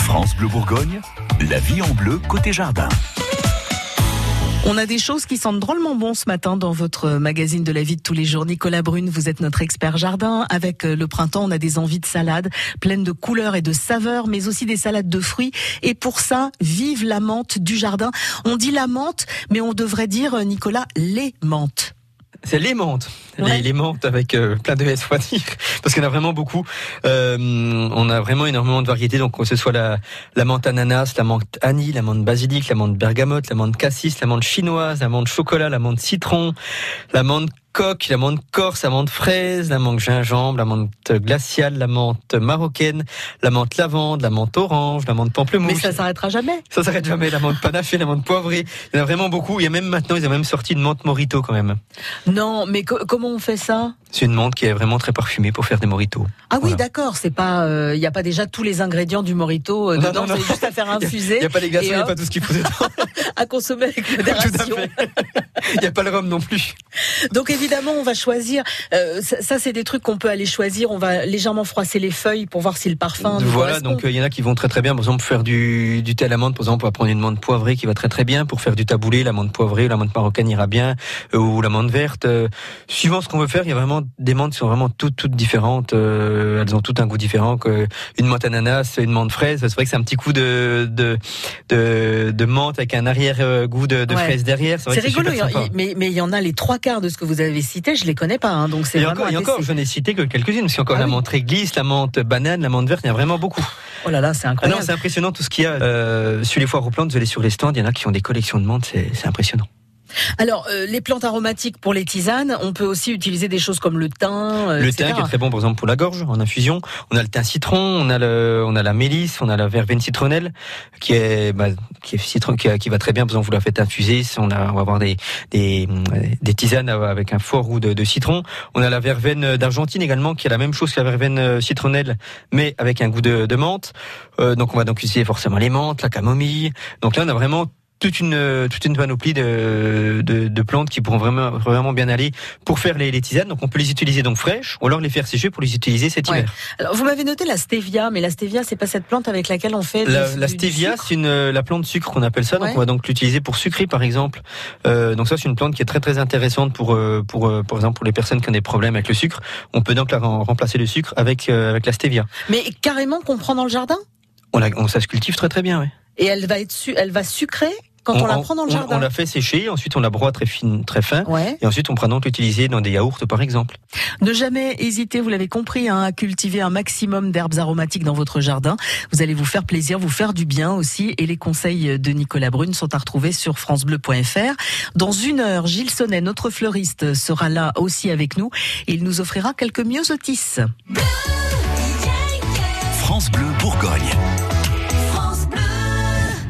France Bleu Bourgogne, la vie en bleu côté jardin. On a des choses qui sentent drôlement bon ce matin dans votre magazine de la vie de tous les jours. Nicolas Brune, vous êtes notre expert jardin. Avec le printemps, on a des envies de salades pleines de couleurs et de saveurs, mais aussi des salades de fruits. Et pour ça, vive la menthe du jardin. On dit la menthe, mais on devrait dire, Nicolas, les menthes. C'est les menthes, ouais. les menthes avec plein de S, faut dire, parce qu'il y en a vraiment beaucoup. On a vraiment énormément de variétés, donc que ce soit la menthe ananas, la menthe anis, la menthe basilic, la menthe bergamote, la menthe cassis, la menthe chinoise, la menthe chocolat, la menthe citron, la menthe coque, la menthe corse, la menthe fraise, la menthe gingembre, la menthe glaciale, la menthe marocaine, la menthe lavande, la menthe orange, la menthe pamplemousse. Mais ça s'arrêtera jamais. Ça s'arrête jamais. La menthe panachée, la menthe poivrée. Il y en a vraiment beaucoup. Il y a même maintenant, ils ont même sorti une menthe morito quand même. Non, mais comment on fait ça ? C'est une menthe qui est vraiment très parfumée pour faire des moritos. Ah oui, voilà. D'accord. C'est pas, il y a pas déjà tous les ingrédients du morito dedans. Non. C'est juste à faire infuser. Il y a pas les glaçons, il y a pas tout ce qu'il faut dedans. À consommer avec modération. Tout à fait. Il y a pas le rhum non plus. Donc évidemment, on va choisir. Ça, c'est des trucs qu'on peut aller choisir. On va légèrement froisser les feuilles pour voir si le parfum. Voilà, donc il y en a qui vont très très bien. Par exemple, pour faire du thé à la menthe, par exemple, on va prendre une menthe poivrée qui va très très bien. Pour faire du taboulé, la menthe poivrée, la menthe marocaine ira bien, ou la menthe verte. Suivant ce qu'on veut faire, il y a vraiment des menthes qui sont vraiment toutes différentes. Elles ont toutes un goût différent. Une menthe ananas, une menthe fraise. C'est vrai que c'est un petit coup de menthe avec un arrière goût de fraise derrière. C'est rigolo, mais il y en a les 3/4 de ce que vous avez cité, je les connais pas, hein, donc c'est vraiment. Et encore, je n'ai cité que quelques-unes, parce qu'il y a encore la menthe réglisse, la menthe banane, la menthe verte, il y a vraiment beaucoup. Oh là là, c'est incroyable. Ah non, c'est impressionnant tout ce qu'il y a sur les foires aux plantes. Vous allez sur les stands, il y en a qui ont des collections de menthes, c'est impressionnant. Alors, les plantes aromatiques pour les tisanes, on peut aussi utiliser des choses comme le thym. Le thym qui est très bon, par exemple, pour la gorge, en infusion. On a le thym citron, on a la mélisse, on a la verveine citronnelle, qui va très bien. Par exemple, vous la faites infuser. On va avoir des tisanes avec un fort goût de citron. On a la verveine d'Argentine également, qui est la même chose que la verveine citronnelle, mais avec un goût de menthe. Donc, on va donc utiliser forcément les menthes, la camomille. Donc là, on a vraiment toute une panoplie de plantes qui pourront vraiment bien aller pour faire les tisanes. Donc on peut les utiliser donc fraîches, ou alors les faire sécher pour les utiliser cet hiver. Alors vous m'avez noté la stevia, mais la stevia c'est pas cette plante avec laquelle on fait la stevia, c'est la plante sucre qu'on appelle ça. Donc on va donc l'utiliser pour sucrer par exemple. Donc ça c'est une plante qui est très très intéressante pour exemple pour les personnes qui ont des problèmes avec le sucre. On peut donc remplacer le sucre avec la stevia. Mais carrément qu'on prend dans le jardin. Ça se cultive très très bien, oui. Et elle va sucrer. Quand on la prend dans le jardin. On la fait sécher, ensuite on la broie très fin, et ensuite on pourra donc l'utiliser dans des yaourts par exemple. Ne jamais hésiter, vous l'avez compris, à cultiver un maximum d'herbes aromatiques dans votre jardin. Vous allez vous faire plaisir, vous faire du bien aussi, et les conseils de Nicolas Brune sont à retrouver sur francebleu.fr. Dans 1 heure, Gilles Sonnet, notre fleuriste, sera là aussi avec nous, et il nous offrira quelques myosotis. France Bleu Bourgogne.